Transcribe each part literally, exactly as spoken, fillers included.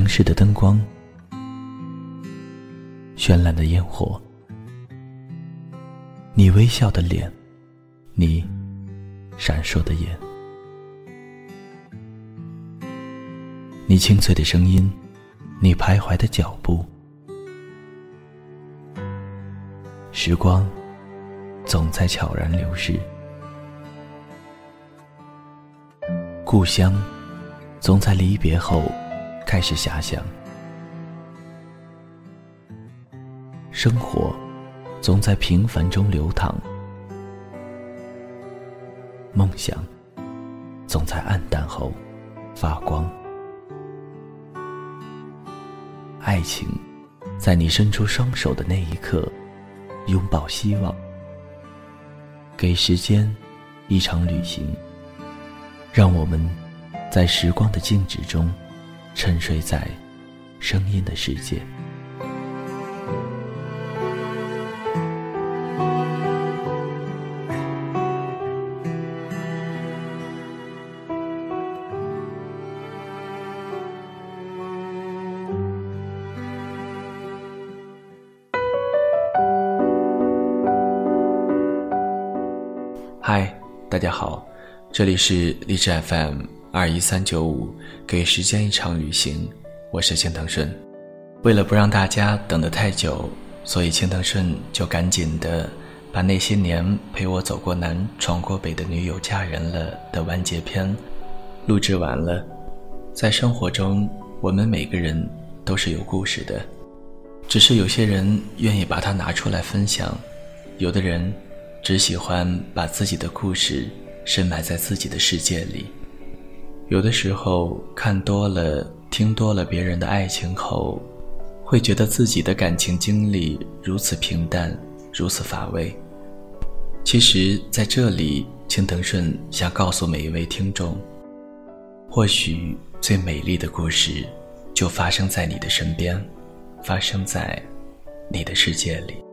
城市的灯光，绚烂的烟火，你微笑的脸，你闪烁的眼，你清脆的声音，你徘徊的脚步。时光总在悄然流逝，故乡总在离别后开始遐想，生活总在平凡中流淌，梦想总在暗淡后发光，爱情在你伸出双手的那一刻拥抱希望，给时间一场旅行，让我们在时光的静止中沉睡在声音的世界。嗨，大家好，这里是荔枝 F M 二一三九五，给时间一场旅行，我是青藤顺。为了不让大家等得太久，所以青藤顺就赶紧的把那些年陪我走过南闯过北的女友嫁人了的完结篇录制完了。在生活中，我们每个人都是有故事的，只是有些人愿意把它拿出来分享，有的人只喜欢把自己的故事深埋在自己的世界里。有的时候看多了听多了别人的爱情后，会觉得自己的感情经历如此平淡，如此乏味。其实在这里，青藤顺想告诉每一位听众，或许最美丽的故事就发生在你的身边，发生在你的世界里。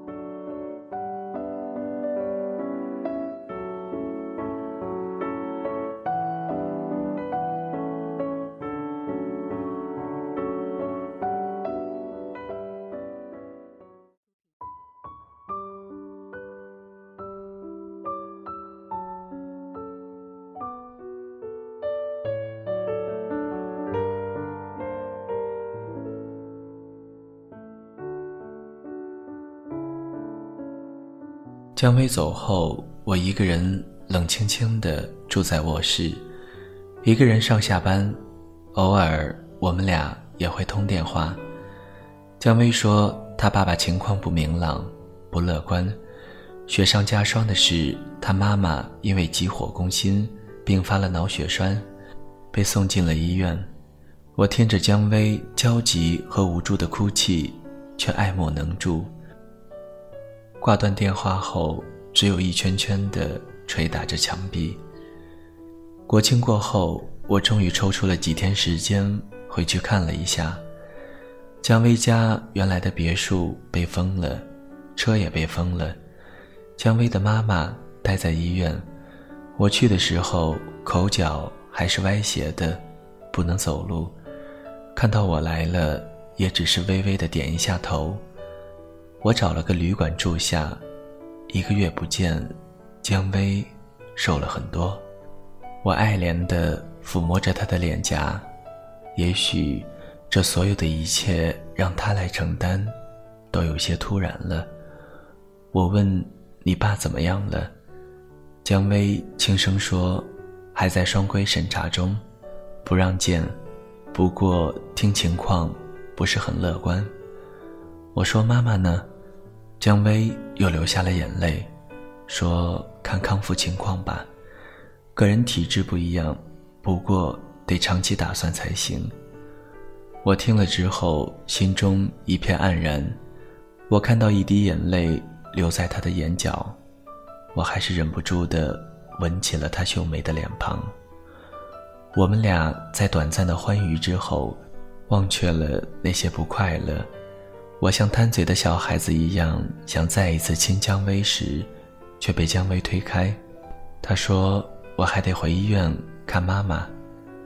姜薇走后，我一个人冷清清地住在卧室，一个人上下班，偶尔我们俩也会通电话。姜薇说她爸爸情况不明朗，不乐观，雪上加霜的是她妈妈因为急火攻心并发了脑血栓，被送进了医院。我听着姜薇焦急和无助的哭泣，却爱莫能助。挂断电话后，只有一圈圈地捶打着墙壁。国庆过后，我终于抽出了几天时间回去看了一下。姜薇家原来的别墅被封了，车也被封了，姜薇的妈妈待在医院。我去的时候口角还是歪斜的，不能走路，看到我来了也只是微微地点一下头。我找了个旅馆住下，一个月不见，姜薇瘦了很多。我爱怜地抚摸着她的脸颊，也许这所有的一切让她来承担，都有些突然了。我问你爸怎么样了？姜薇轻声说还在双规审查中，不让见，不过听情况不是很乐观。我说妈妈呢？姜薇又流下了眼泪，说看康复情况吧，个人体质不一样，不过得长期打算才行。我听了之后心中一片黯然，我看到一滴眼泪流在她的眼角，我还是忍不住地吻起了她秀美的脸庞。我们俩在短暂的欢愉之后忘却了那些不快乐。我像贪嘴的小孩子一样想再一次亲姜薇时，却被姜薇推开。她说我还得回医院看妈妈。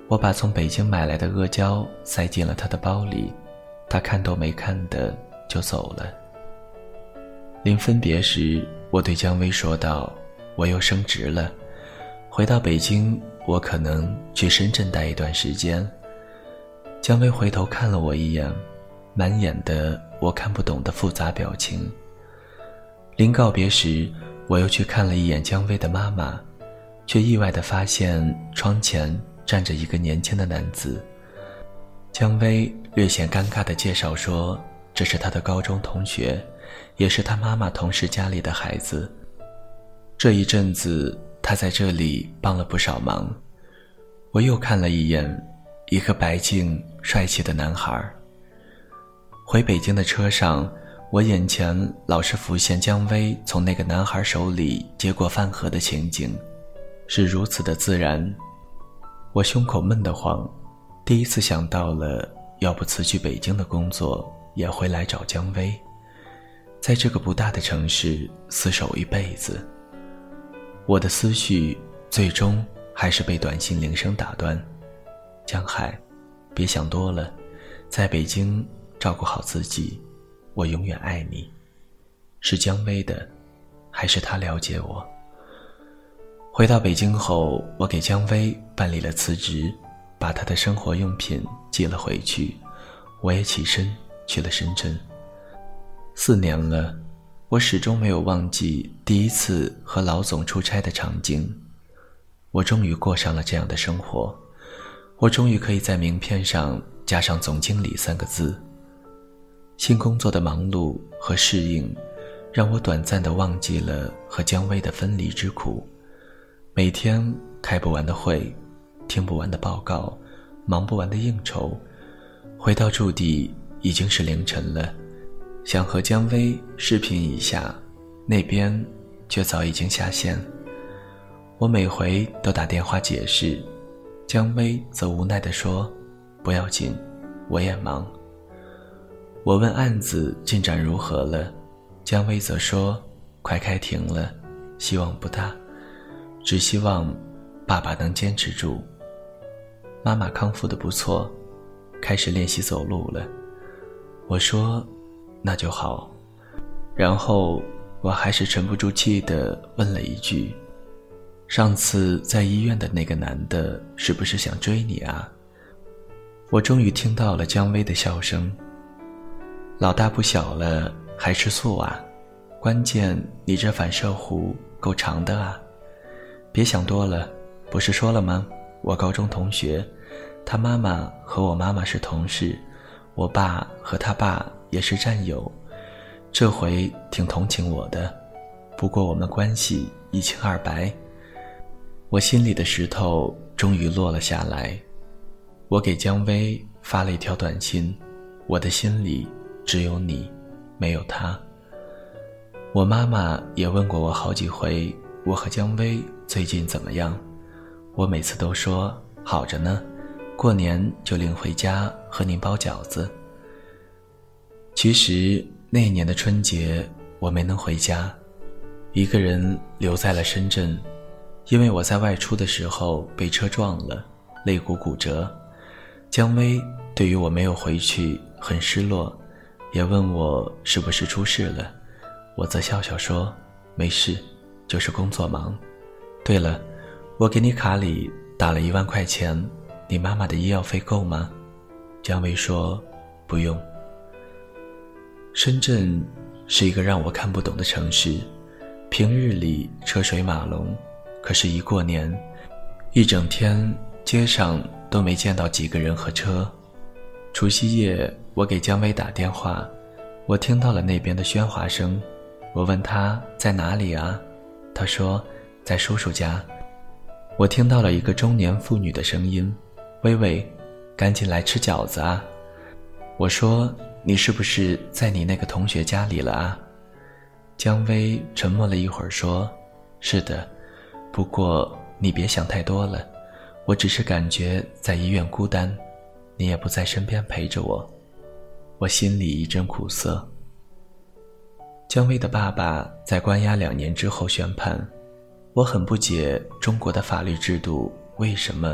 我把从北京买来的阿胶塞进了他的包里，他看都没看的就走了。临分别时，我对姜薇说道，我又升职了，回到北京，我可能去深圳待一段时间。姜薇回头看了我一眼，满眼的我看不懂的复杂表情。临告别时，我又去看了一眼姜薇的妈妈，却意外地发现窗前站着一个年轻的男子。姜薇略显尴尬地介绍说，这是他的高中同学，也是他妈妈同事家里的孩子。这一阵子他在这里帮了不少忙。我又看了一眼一个白净帅气的男孩。回北京的车上，我眼前老是浮现姜薇从那个男孩手里接过饭盒的情景，是如此的自然。我胸口闷得慌，第一次想到了要不辞去北京的工作，也回来找姜薇，在这个不大的城市厮守一辈子。我的思绪最终还是被短信铃声打断。江海，别想多了，在北京照顾好自己，我永远爱你。是姜薇的，还是他了解我？回到北京后，我给姜薇办理了辞职，把她的生活用品寄了回去，我也起身去了深圳。四年了，我始终没有忘记第一次和老总出差的场景。我终于过上了这样的生活，我终于可以在名片上加上总经理三个字。新工作的忙碌和适应，让我短暂地忘记了和姜薇的分离之苦。每天开不完的会，听不完的报告，忙不完的应酬，回到驻地已经是凌晨了，想和姜薇视频一下，那边却早已经下线。我每回都打电话解释，姜薇则无奈地说，不要紧，我也忙。我问案子进展如何了，姜薇则说快开庭了，希望不大，只希望爸爸能坚持住。妈妈康复得不错，开始练习走路了。我说那就好。然后我还是沉不住气地问了一句，上次在医院的那个男的是不是想追你啊？我终于听到了姜薇的笑声，老大不小了还吃素啊？关键你这反射弧够长的啊。别想多了，不是说了吗？我高中同学，他妈妈和我妈妈是同事，我爸和他爸也是战友，这回挺同情我的，不过我们关系一清二白。我心里的石头终于落了下来。我给姜薇发了一条短信，我的心里只有你，没有他。我妈妈也问过我好几回，我和姜薇最近怎么样？我每次都说好着呢，过年就领回家和您包饺子。其实那一年的春节我没能回家，一个人留在了深圳，因为我在外出的时候被车撞了，肋骨骨折。姜薇对于我没有回去很失落，也问我是不是出事了，我则笑笑说没事，就是工作忙。对了，我给你卡里打了一万块钱，你妈妈的医药费够吗？姜薇说不用。深圳是一个让我看不懂的城市，平日里车水马龙，可是一过年，一整天街上都没见到几个人和车。除夕夜我给姜薇打电话，我听到了那边的喧哗声，我问她在哪里啊？她说在叔叔家。我听到了一个中年妇女的声音，薇薇，赶紧来吃饺子啊。我说你是不是在你那个同学家里了啊？姜薇沉默了一会儿说，是的，不过你别想太多了，我只是感觉在医院孤单，你也不在身边陪着我。我心里一阵苦涩。姜薇的爸爸在关押两年之后宣判，我很不解中国的法律制度为什么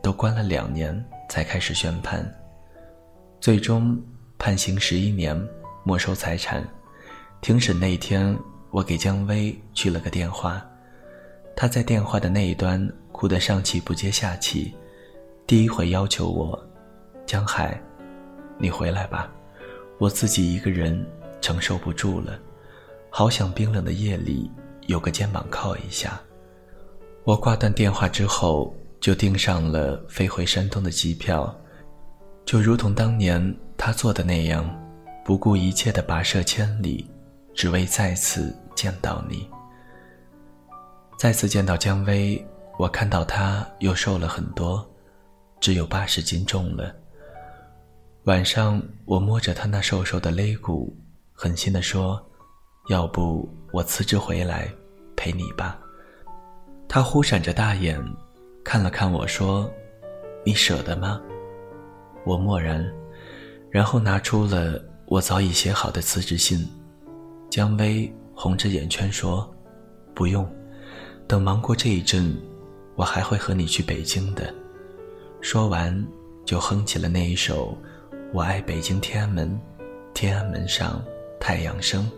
都关了两年才开始宣判，最终判刑十一年，没收财产。庭审那天，我给姜薇去了个电话，她在电话的那一端哭得上气不接下气，第一回要求我，江海，你回来吧，我自己一个人承受不住了，好想冰冷的夜里有个肩膀靠一下。我挂断电话之后，就订上了飞回山东的机票，就如同当年他做的那样，不顾一切地跋涉千里，只为再次见到你。再次见到姜薇，我看到她又瘦了很多，只有八十斤重了。晚上我摸着她那瘦瘦的肋骨，狠心地说，要不我辞职回来陪你吧。她忽闪着大眼看了看我说，你舍得吗？我默然，然后拿出了我早已写好的辞职信。姜薇红着眼圈说，不用，等忙过这一阵，我还会和你去北京的。说完就哼起了那一首我爱北京天安门，天安门上太阳升。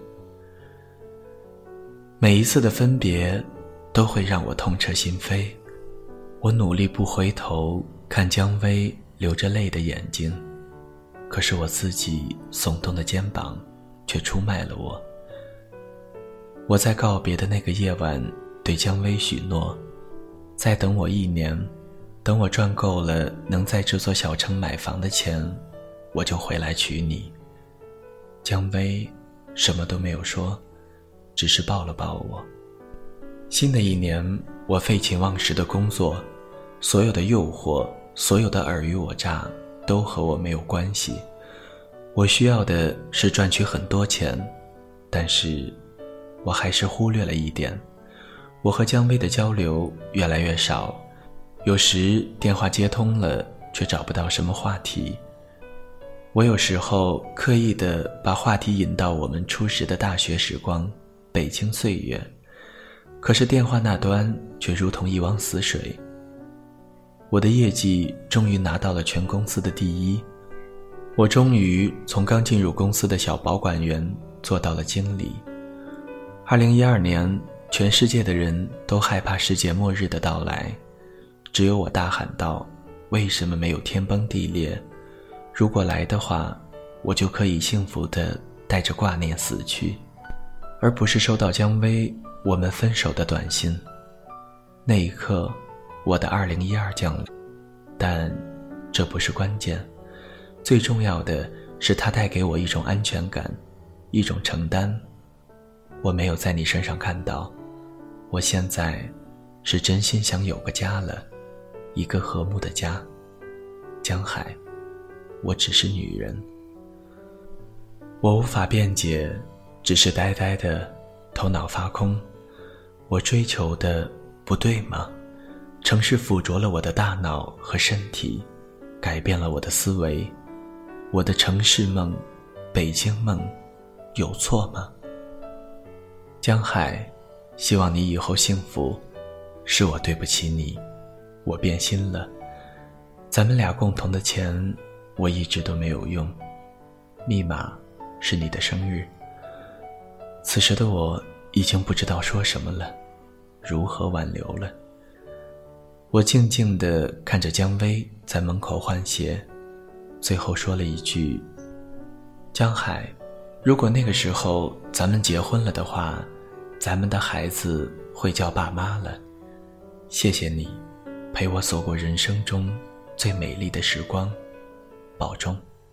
每一次的分别都会让我痛彻心扉，我努力不回头看姜薇流着泪的眼睛，可是我自己耸动的肩膀却出卖了我。我在告别的那个夜晚对姜薇许诺，再等我一年，等我赚够了能在这座小城买房的钱，我就回来娶你。姜薇什么都没有说，只是抱了抱我。新的一年，我废寝忘食的工作，所有的诱惑，所有的尔虞我诈都和我没有关系。我需要的是赚取很多钱，但是我还是忽略了一点，我和姜薇的交流越来越少，有时电话接通了却找不到什么话题。我有时候刻意地把话题引到我们初时的大学时光，北京岁月，可是电话那端却如同一汪死水。我的业绩终于拿到了全公司的第一，我终于从刚进入公司的小保管员做到了经理。二零一二年，全世界的人都害怕世界末日的到来，只有我大喊道，为什么没有天崩地裂？如果来的话，我就可以幸福地带着挂念死去，而不是收到姜薇我们分手的短信。那一刻，我的二零一二降临，但这不是关键，最重要的是它带给我一种安全感，一种承担。我没有在你身上看到，我现在是真心想有个家了，一个和睦的家。江海，我只是女人。我无法辩解，只是呆呆的，头脑发空。我追求的不对吗？城市附着了我的大脑和身体，改变了我的思维。我的城市梦，北京梦，有错吗？江海，希望你以后幸福，是我对不起你，我变心了。咱们俩共同的钱，我一直都没有用，密码是你的生日。此时的我已经不知道说什么了，如何挽留了。我静静地看着姜薇在门口换鞋，最后说了一句，江海，如果那个时候咱们结婚了的话，咱们的孩子会叫爸妈了。谢谢你陪我走过人生中最美丽的时光，保重。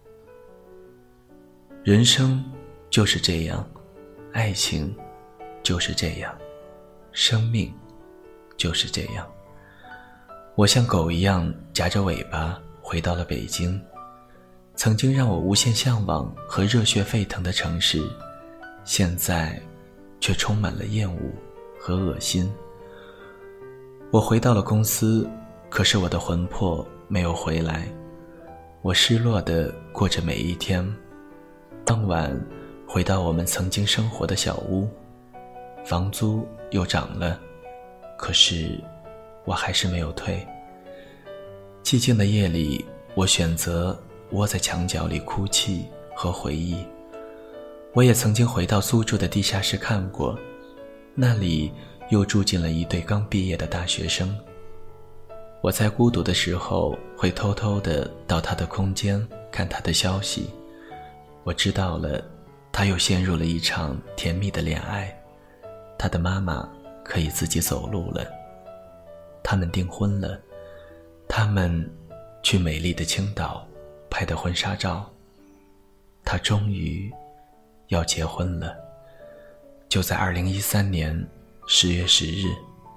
人生就是这样，爱情就是这样，生命就是这样。我像狗一样夹着尾巴回到了北京，曾经让我无限向往和热血沸腾的城市，现在却充满了厌恶和恶心。我回到了公司，可是我的魂魄没有回来。我失落地过着每一天。当晚回到我们曾经生活的小屋，房租又涨了，可是我还是没有退。 寂静的夜里，我选择窝在墙角里哭泣和回忆。我也曾经回到苏州的地下室看过，那里又住进了一对刚毕业的大学生。我在孤独的时候会偷偷地到他的空间看他的消息，我知道了他又陷入了一场甜蜜的恋爱，他的妈妈可以自己走路了，他们订婚了，他们去美丽的青岛拍的婚纱照，他终于要结婚了，就在二零一三年十月十日。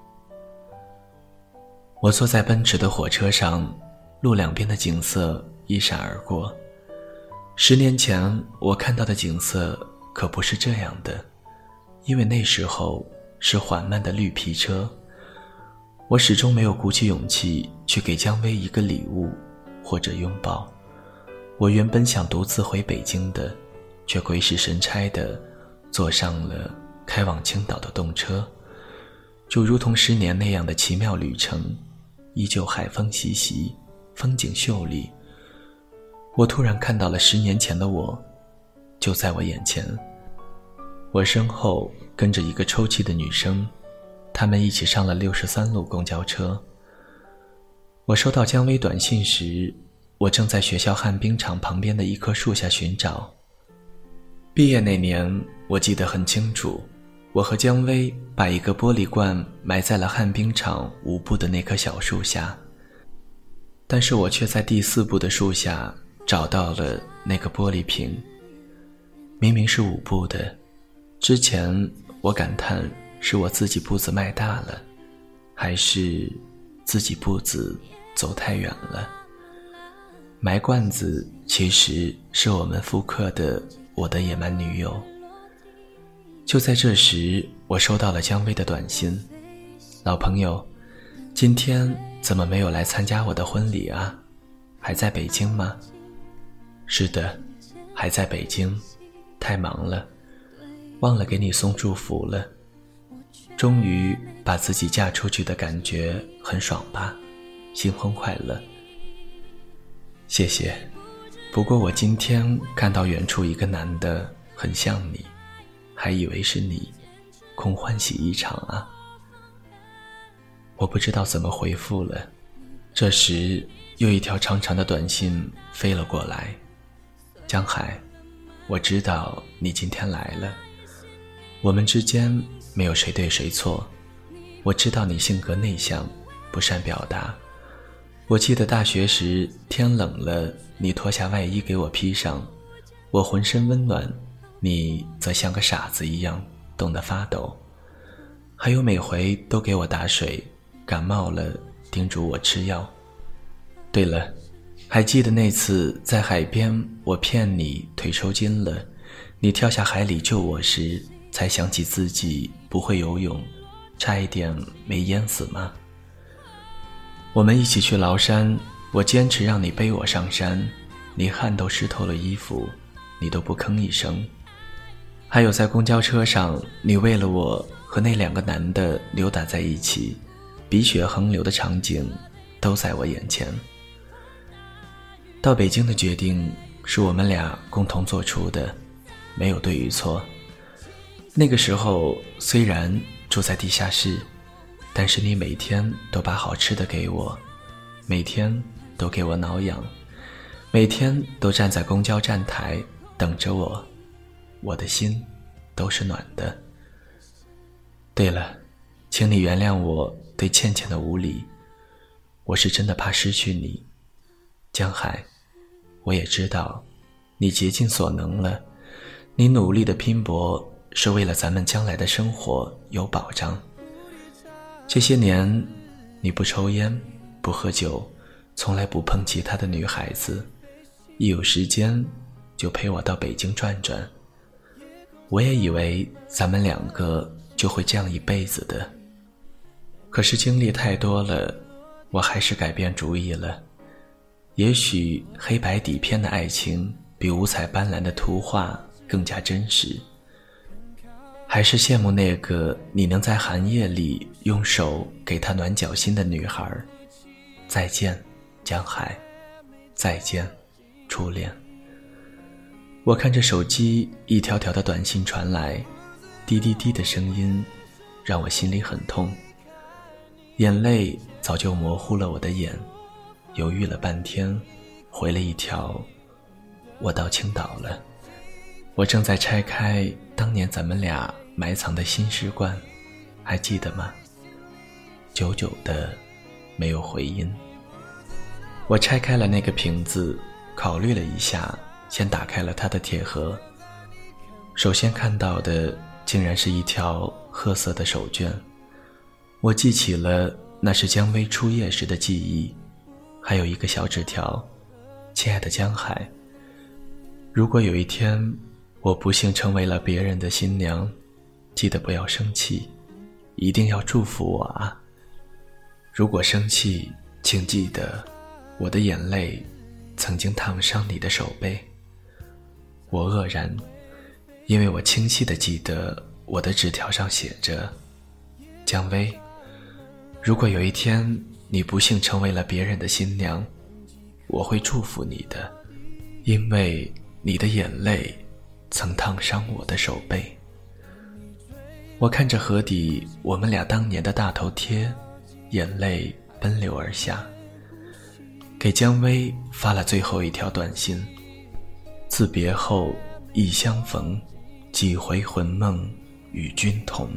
我坐在奔驰的火车上，路两边的景色一闪而过。十年前我看到的景色可不是这样的，因为那时候是缓慢的绿皮车。我始终没有鼓起勇气去给姜薇一个礼物或者拥抱。我原本想独自回北京的，却鬼使神差地坐上了开往青岛的动车，就如同十年那样的奇妙旅程，依旧海风习习，风景秀丽。我突然看到了十年前的我，就在我眼前。我身后跟着一个抽泣的女生，他们一起上了六十三路公交车。我收到姜薇短信时，我正在学校旱冰场旁边的一棵树下寻找。毕业那年，我记得很清楚，我和姜薇把一个玻璃罐埋在了旱冰场五步的那棵小树下，但是我却在第四步的树下找到了那个玻璃瓶。明明是五步的，之前我感叹是我自己步子迈大了，还是自己步子走太远了。埋罐子其实是我们复刻的我的野蛮女友。就在这时，我收到了姜薇的短信：老朋友，今天怎么没有来参加我的婚礼啊？还在北京吗？是的，还在北京，太忙了，忘了给你送祝福了。终于把自己嫁出去的感觉很爽吧？新婚快乐。谢谢，不过我今天看到远处一个男的很像你，还以为是你，空欢喜一场啊。我不知道怎么回复了。这时又一条长长的短信飞了过来：江海，我知道你今天来了，我们之间没有谁对谁错，我知道你性格内向，不善表达。我记得大学时天冷了，你脱下外衣给我披上，我浑身温暖，你则像个傻子一样冻得发抖。还有每回都给我打水，感冒了叮嘱我吃药。对了，还记得那次在海边我骗你腿抽筋了，你跳下海里救我时，才想起自己不会游泳，差一点没淹死吗？我们一起去崂山，我坚持让你背我上山，你汗都湿透了衣服，你都不吭一声。还有在公交车上，你为了我和那两个男的扭打在一起，鼻血横流的场景都在我眼前。到北京的决定是我们俩共同做出的，没有对与错。那个时候虽然住在地下室，但是你每天都把好吃的给我，每天都给我挠痒，每天都站在公交站台等着我，我的心都是暖的。对了，请你原谅我对倩倩的无礼，我是真的怕失去你。江海，我也知道你竭尽所能了，你努力的拼搏是为了咱们将来的生活有保障。这些年你不抽烟，不喝酒，从来不碰其他的女孩子，一有时间就陪我到北京转转。我也以为咱们两个就会这样一辈子的，可是经历太多了，我还是改变主意了。也许黑白底片的爱情比五彩斑斓的图画更加真实，还是羡慕那个你能在寒夜里用手给她暖脚心的女孩。再见， 江海，再见，初恋。我看着手机一条条的短信传来，滴滴滴的声音让我心里很痛，眼泪早就模糊了我的眼，犹豫了半天，回了一条：我到青岛了。我正在拆开当年咱们俩埋藏的新诗罐，还记得吗？久久的没有回音。我拆开了那个瓶子，考虑了一下，先打开了它的铁盒。首先看到的竟然是一条褐色的手绢，我记起了那是姜薇初夜时的记忆，还有一个小纸条：亲爱的江海，如果有一天我不幸成为了别人的新娘，记得不要生气，一定要祝福我啊。如果生气，请记得我的眼泪曾经烫伤你的手背。我愕然，因为我清晰地记得我的纸条上写着：姜薇，如果有一天你不幸成为了别人的新娘，我会祝福你的，因为你的眼泪曾烫伤我的手背。我看着盒底我们俩当年的大头贴，眼泪奔流而下，给姜薇发了最后一条短信：自别后忆相逢，几回魂梦与君同。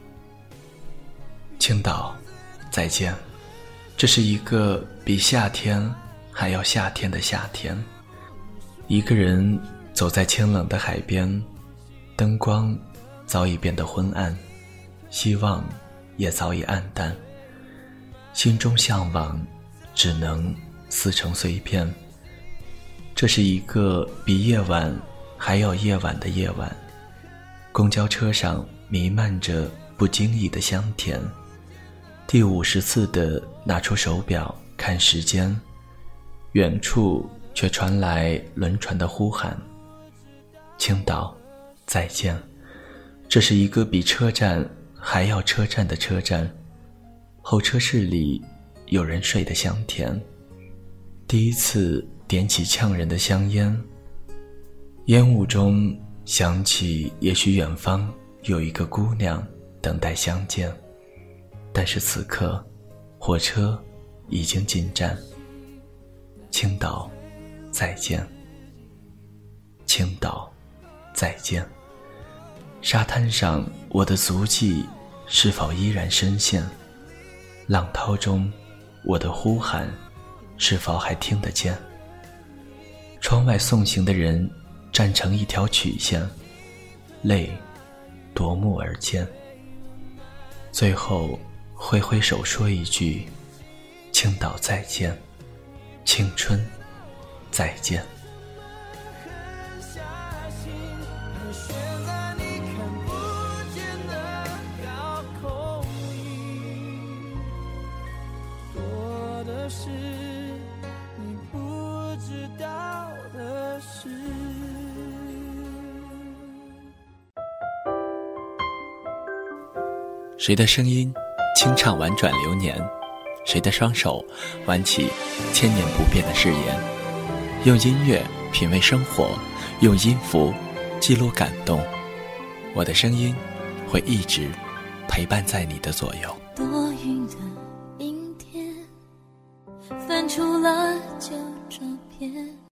青岛，再见。这是一个比夏天还要夏天的夏天，一个人走在清冷的海边，灯光早已变得昏暗，希望也早已暗淡，心中向往只能撕成碎片。这是一个比夜晚还要夜晚的夜晚，公交车上弥漫着不经意的香甜，第五十次的拿出手表看时间，远处却传来轮船的呼喊：青岛，再见。这是一个比车站还要车站的车站，候车室里有人睡得香甜，第一次点起呛人的香烟，烟雾中想起也许远方有一个姑娘等待相见，但是此刻火车已经进站。青岛，再见。青岛，再见。沙滩上我的足迹是否依然深陷？浪涛中我的呼喊是否还听得见？窗外送行的人站成一条曲线，泪夺目而见。最后挥挥手说一句：青岛再见，青春再见。 是你不知道的事。 谁的声音清唱婉转流年，谁的双手挽起千年不变的誓言。用音乐品味生活，用音符记录感动。我的声音会一直陪伴在你的左右。 多云的阴天，翻出了旧照片，